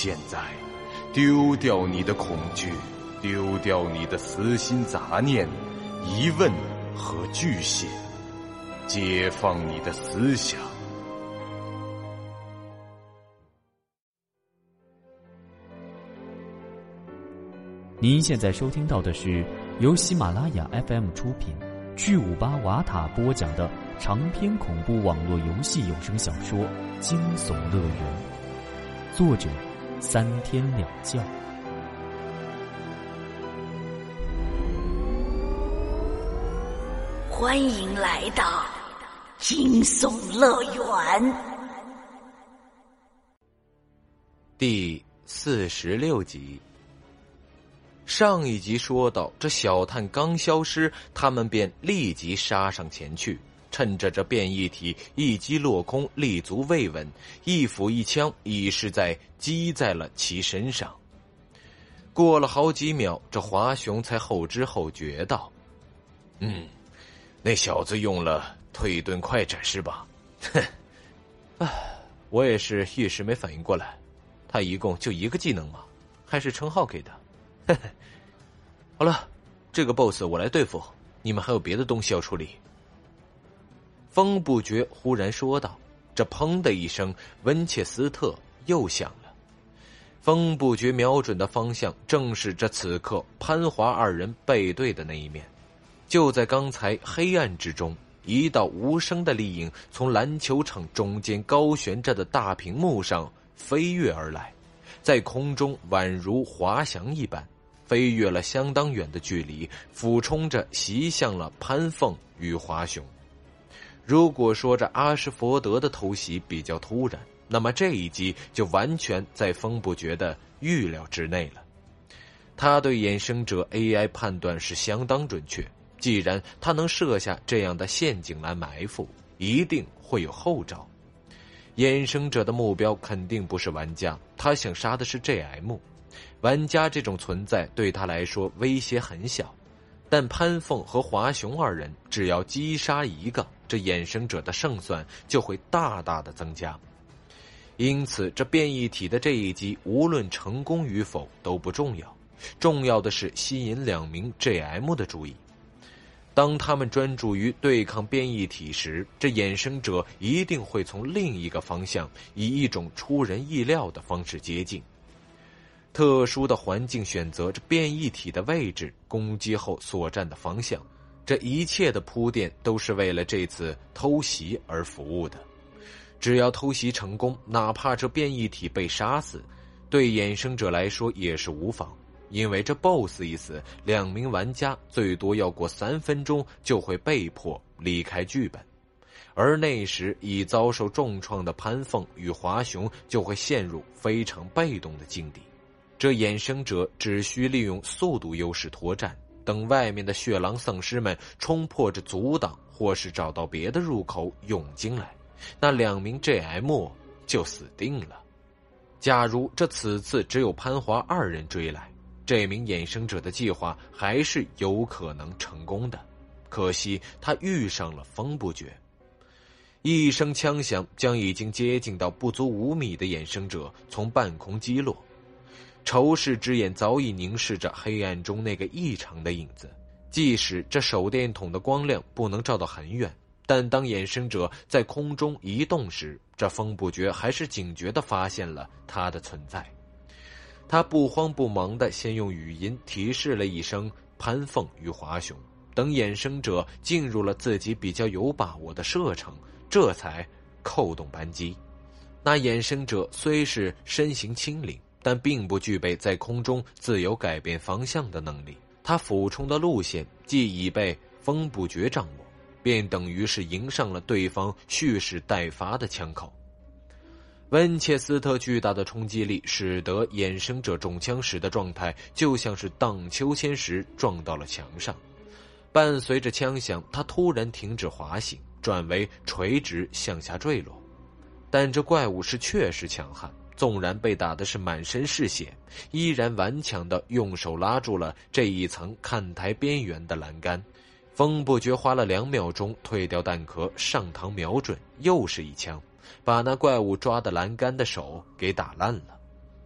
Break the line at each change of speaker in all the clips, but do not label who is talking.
现在，丢掉你的恐惧，丢掉你的私心杂念、疑问和惧心，解放你的思想。
您现在收听到的是由喜马拉雅 FM 出品，巨58瓦塔播讲的长篇恐怖网络游戏有声小说《惊悚乐园》，作者三天两觉。
欢迎来到惊悚乐园。
第46集。上一集说到，这小探刚消失，他们便立即杀上前去，趁着这变异体一击落空，立足未稳，一斧一枪已是击在了其身上。过了好几秒，这华雄才后知后觉道：“那小子用了退遁快斩是吧？”“哼，我也是一时没反应过来，他一共就一个技能嘛，还是称号给的。嘿嘿，好了，这个 BOSS 我来对付，你们还有别的东西要处理。”风不觉忽然说道。这砰的一声，温切斯特又响了。风不觉瞄准的方向正是这此刻潘华二人背对的那一面。就在刚才黑暗之中，一道无声的丽影从篮球场中间高悬着的大屏幕上飞跃而来，在空中宛如滑翔一般，飞越了相当远的距离，俯冲着袭向了潘凤与华雄。如果说这阿什佛德的偷袭比较突然，那么这一击就完全在风不觉的预料之内了。他对衍生者 AI 判断是相当准确，既然他能设下这样的陷阱来埋伏，一定会有后招。衍生者的目标肯定不是玩家，他想杀的是 JM。 玩家这种存在对他来说威胁很小，但潘凤和华雄二人只要击杀一个，这衍生者的胜算就会大大的增加。因此这变异体的这一击无论成功与否都不重要，重要的是吸引2名 JM 的注意。当他们专注于对抗变异体时，这衍生者一定会从另一个方向以一种出人意料的方式接近。特殊的环境选择，这变异体的位置，攻击后所占的方向，这一切的铺垫都是为了这次偷袭而服务的。只要偷袭成功，哪怕这变异体被杀死，对衍生者来说也是无妨。因为这 BOSS 一死，2名玩家最多要过3分钟就会被迫离开剧本，而那时已遭受重创的潘凤与华雄就会陷入非常被动的境地。这衍生者只需利用速度优势脱战，等外面的血狼丧尸们冲破着阻挡，或是找到别的入口涌进来，那2名 JM 就死定了。假如这此次只有潘华2人追来，这名衍生者的计划还是有可能成功的，可惜他遇上了风不觉。一声枪响，将已经接近到不足5米的衍生者从半空击落。仇视之眼早已凝视着黑暗中那个异常的影子，即使这手电筒的光亮不能照到很远，但当衍生者在空中移动时，这风不觉还是警觉地发现了他的存在。他不慌不忙地先用语音提示了一声潘凤与华雄，等衍生者进入了自己比较有把握的射程，这才扣动扳机。那衍生者虽是身形轻灵，但并不具备在空中自由改变方向的能力。他俯冲的路线既已被风不觉掌握，便等于是迎上了对方蓄势待发的枪口。温切斯特巨大的冲击力使得衍生者中枪时的状态就像是荡秋千时撞到了墙上。伴随着枪响，他突然停止滑行，转为垂直向下坠落。但这怪物是确实强悍，纵然被打的是满身是血，依然顽强地用手拉住了这一层看台边缘的栏杆。风不觉花了2秒钟退掉弹壳，上膛瞄准，又是一枪，把那怪物抓的栏杆的手给打烂了。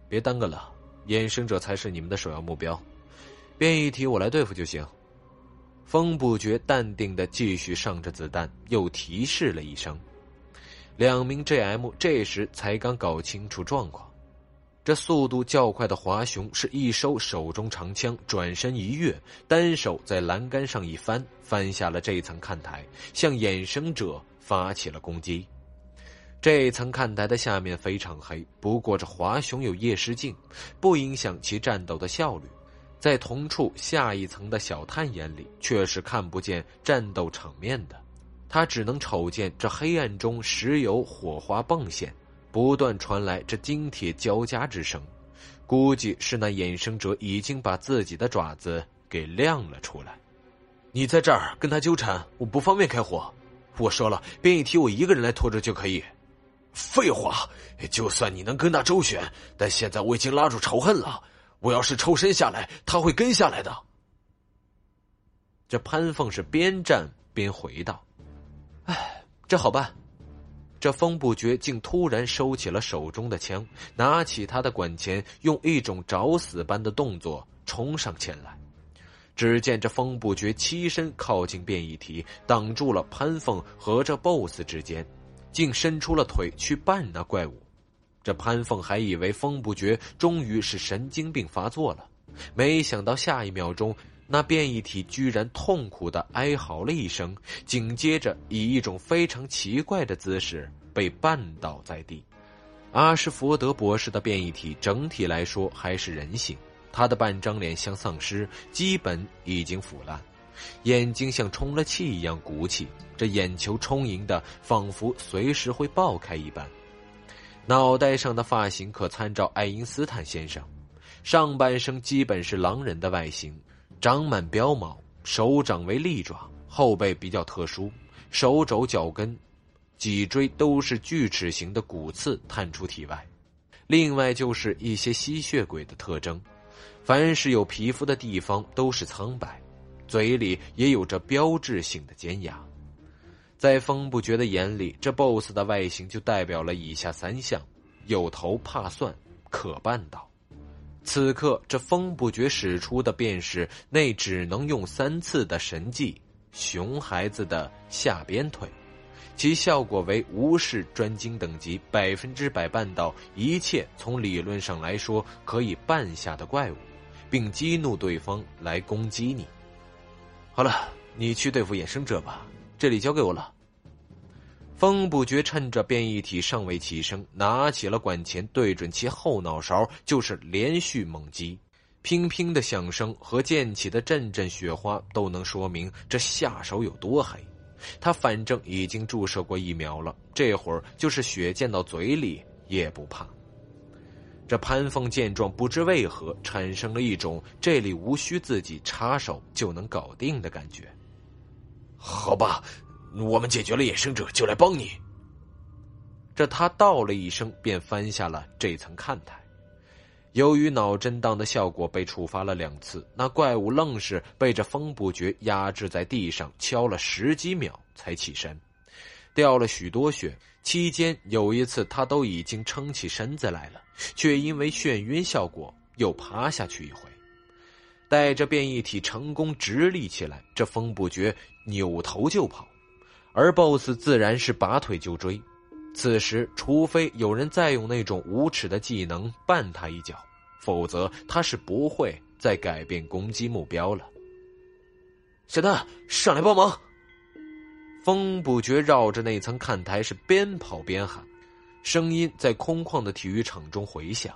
别耽搁了，衍生者才是你们的首要目标，变异体我来对付就行。风不觉淡定地继续上着子弹，又提示了一声。2名 GM 这时才刚搞清楚状况。这速度较快的华雄是一收手中长枪，转身一跃，单手在栏杆上一翻，翻下了这层看台，向衍生者发起了攻击。这层看台的下面非常黑，不过这华雄有夜视镜，不影响其战斗的效率。在同处下一层的小探眼里，却是看不见战斗场面的，他只能瞅见这黑暗中时有火花迸现，不断传来这金铁交加之声，估计是那衍生者已经把自己的爪子给亮了出来。你在这儿跟他纠缠，我不方便开火。我说了，变异体我一个人来拖着就可以。
废话，就算你能跟他周旋，但现在我已经拉住仇恨了，我要是抽身下来，他会跟下来的。
这潘凤是边战边回道：哎，这好办。这风不觉竟突然收起了手中的枪，拿起他的管钳，用一种找死般的动作冲上前来。只见这风不觉欺身靠近变异体，挡住了潘凤和这 BOSS 之间，竟伸出了腿去绊那怪物。这潘凤还以为风不觉终于是神经病发作了，没想到下一秒钟，那变异体居然痛苦地哀嚎了一声，紧接着以一种非常奇怪的姿势被绊倒在地。阿什福德博士的变异体整体来说还是人形，他的半张脸像丧尸，基本已经腐烂，眼睛像充了气一样鼓起，这眼球充盈的仿佛随时会爆开一般。脑袋上的发型可参照爱因斯坦先生，上半身基本是狼人的外形，长满膘毛，手掌为利爪，后背比较特殊，手肘、脚跟、脊椎都是锯齿形的骨刺探出体外。另外就是一些吸血鬼的特征，凡是有皮肤的地方都是苍白，嘴里也有着标志性的尖牙。在风不觉的眼里，这 BOSS 的外形就代表了以下3项：有头怕算，可绊倒。此刻这风不觉使出的便是那只能用3次的神技熊孩子的下边腿，其效果为无视专精等级100%绊倒一切从理论上来说可以绊下的怪物，并激怒对方来攻击你。好了，你去对付衍生者吧，这里交给我了。风不觉趁着变异体尚未起身，拿起了管钳，对准其后脑勺就是连续猛击。乒乒的响声和溅起的阵阵雪花都能说明这下手有多黑。他反正已经注射过疫苗了，这会儿就是血溅到嘴里也不怕。这潘凤见状，不知为何产生了一种这里无需自己插手就能搞定的感觉。
好吧，我们解决了衍生者，就来帮你。
这他道了一声，便翻下了这层看台。由于脑震荡的效果被触发了2次，那怪物愣是被这风不觉压制在地上，敲了10几秒才起身，掉了许多血。期间有一次他都已经撑起身子来了，却因为眩晕效果又趴下去一回。带着变异体成功直立起来，这风不觉扭头就跑，而 BOSS 自然是拔腿就追。此时除非有人再用那种无耻的技能绊他一脚，否则他是不会再改变攻击目标了。
小蛋，上来帮忙！
风不觉绕着那层看台是边跑边喊，声音在空旷的体育场中回响。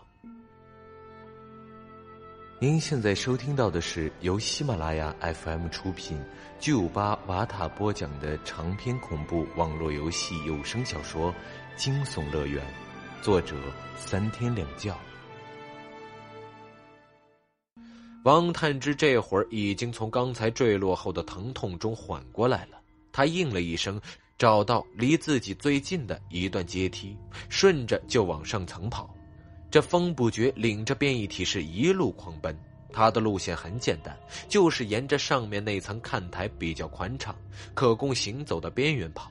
您现在收听到的是由喜马拉雅 FM 出品958瓦塔播讲的长篇恐怖网络游戏有声小说《惊悚乐园》，作者3天2觉。王探之这会儿已经从刚才坠落后的疼痛中缓过来了，他应了一声，找到离自己最近的一段阶梯，顺着就往上层跑。这风不觉领着变异体是一路狂奔，他的路线很简单，就是沿着上面那层看台比较宽敞可供行走的边缘跑。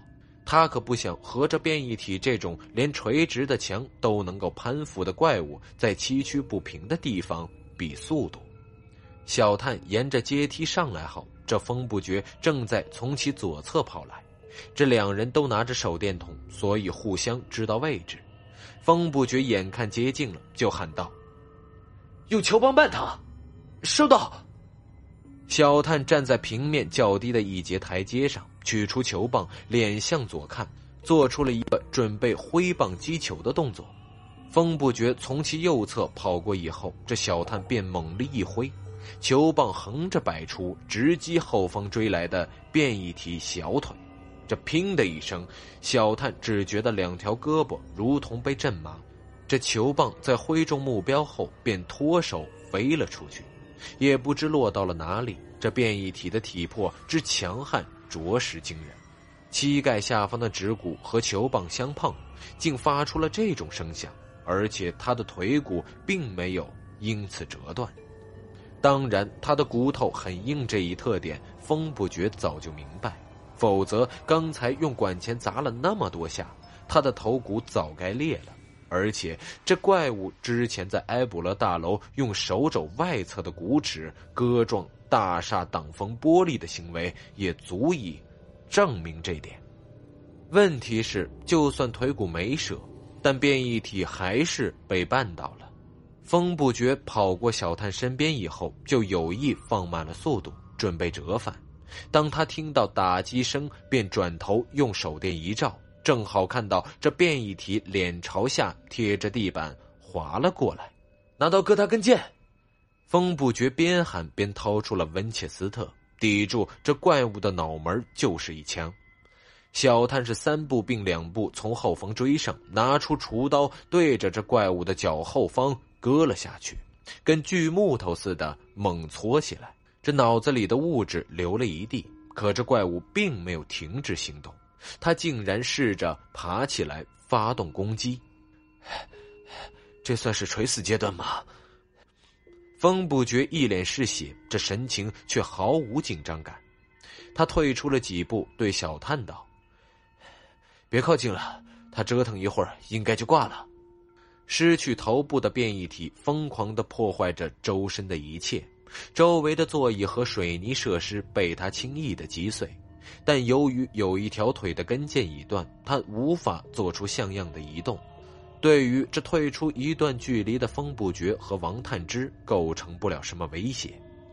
他可不想和这变异体这种连垂直的墙都能够攀附的怪物在崎岖不平的地方比速度。小探沿着阶梯上来后，这风不绝正在从其左侧跑来。这两人都拿着手电筒，所以互相知道位置。风不绝眼看接近了，就喊道：“
用球棒绊他！”收到。
小探站在平面较低的一节台阶上，取出球棒，脸向左看，做出了一个准备挥棒击球的动作。风不绝从其右侧跑过以后，这小探便猛力一挥，球棒横着摆出，直击后方追来的变异体小腿。这砰的一声，小探只觉得两条胳膊如同被震麻。这球棒在挥中目标后便脱手飞了出去，也不知落到了哪里。这变异体的体魄之强悍着实惊人，膝盖下方的指骨和球棒相碰，竟发出了这种声响，而且他的腿骨并没有因此折断。当然他的骨头很硬这一特点风不绝早就明白，否则刚才用管钳砸了那么多下，他的头骨早该裂了。而且这怪物之前在埃卜勒大楼用手肘外侧的骨齿割撞大厦挡风玻璃的行为也足以证明这点。问题是，就算腿骨没折，但变异体还是被绊倒了。风不绝跑过小探身边以后，就有意放慢了速度，准备折返。当他听到打击声，便转头用手电一照，正好看到这变异体脸朝下贴着地板滑了过来。
拿刀割他根腱！
风不绝边喊边掏出了温切斯特，抵住这怪物的脑门就是一枪。小探是3步并2步从后方追上，拿出厨刀对着这怪物的脚后方割了下去，跟锯木头似的猛搓起来。这脑子里的物质流了一地，可这怪物并没有停止行动，他竟然试着爬起来发动攻击。
这算是垂死阶段吗？
风不绝一脸是血，这神情却毫无紧张感。他退出了几步，对小探道：“
别靠近了，他折腾一会儿应该就挂了。”
失去头部的变异体疯狂地破坏着周身的一切，周围的座椅和水泥设施被他轻易地击碎，但由于有一条腿的跟腱已断，他无法做出像样的移动。对于这退出一段距离的风不绝和王探之构成不了什么威胁。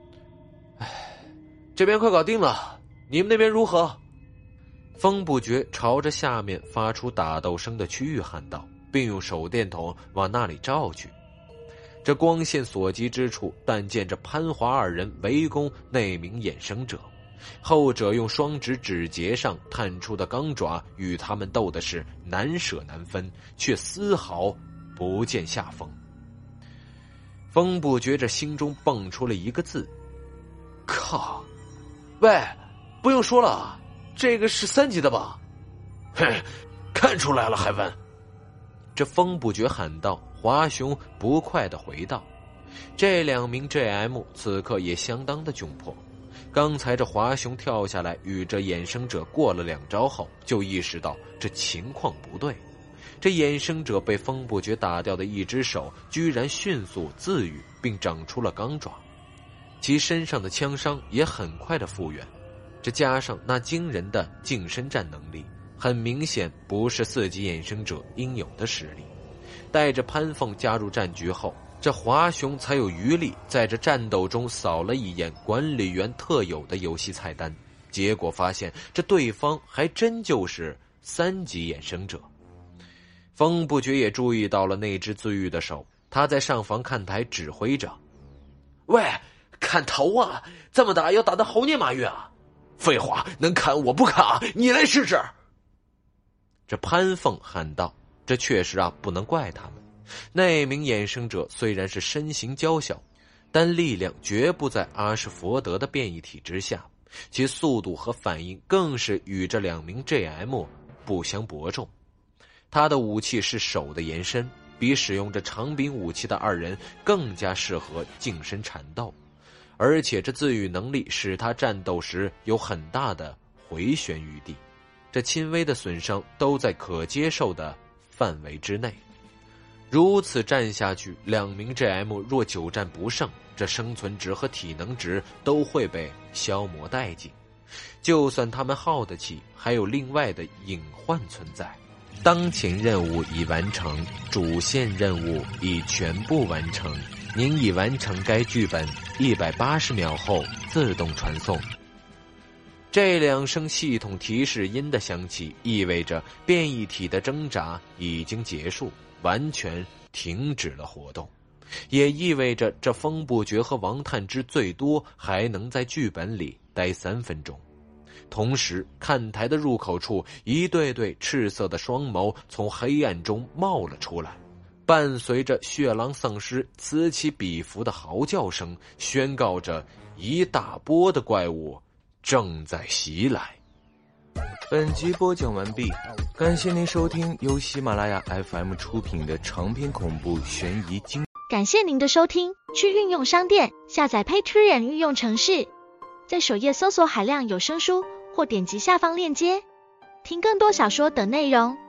这边快搞定了，你们那边如何？
风不绝朝着下面发出打斗声的区域喊道，并用手电筒往那里照去。这光线所及之处，但见着潘华2人围攻那名衍生者，后者用双指指节上探出的钢爪与他们斗的是难舍难分，却丝毫不见下风。风不觉着心中蹦出了一个字：
靠！喂，不用说了，这个是3级的吧？嘿，看出来了还问？
这风不觉喊道。华雄不快地回道：“这2名 JM 此刻也相当的窘迫。刚才这华雄跳下来与这衍生者过了2招后，就意识到这情况不对。这衍生者被风不绝打掉的一只手，居然迅速自愈，并长出了钢爪，其身上的枪伤也很快的复原。这加上那惊人的近身战能力，很明显不是4级衍生者应有的实力。带着潘凤加入战局后，这华雄才有余力在这战斗中扫了一眼管理员特有的游戏菜单，结果发现这对方还真就是3级衍生者。风不觉也注意到了那只自愈的手，他在上方看台指挥着：“
喂，砍头啊！这么打要打得猴年马月啊！废话，能砍我不砍啊！你来试试！”
这潘凤喊道。这确实不能怪他们。那名衍生者虽然是身形娇小，但力量绝不在阿什佛德的变异体之下，其速度和反应更是与这2名 JM 不相伯仲。他的武器是手的延伸，比使用着长柄武器的2人更加适合近身缠斗，而且这自愈能力使他战斗时有很大的回旋余地。 这轻微的损伤都在可接受的范围之内。如此战下去，2名 GM 若久战不胜，这生存值和体能值都会被消磨殆尽。就算他们耗得起，还有另外的隐患存在。当前任务已完成，主线任务已全部完成，您已完成该剧本，180秒后自动传送。这2声系统提示音的响起，意味着变异体的挣扎已经结束，完全停止了活动，也意味着这风不绝和王探之最多还能在剧本里待3分钟。同时，看台的入口处，一对对赤色的双眸从黑暗中冒了出来，伴随着血狼丧尸此起彼伏的嚎叫声，宣告着一大波的怪物正在袭来。
本集播讲完毕，感谢您收听由喜马拉雅 FM 出品的长篇恐怖悬疑惊。
感谢您的收听，去应用商店下载 Patreon 运用程式，在首页搜索海量有声书，或点击下方链接听更多小说等内容。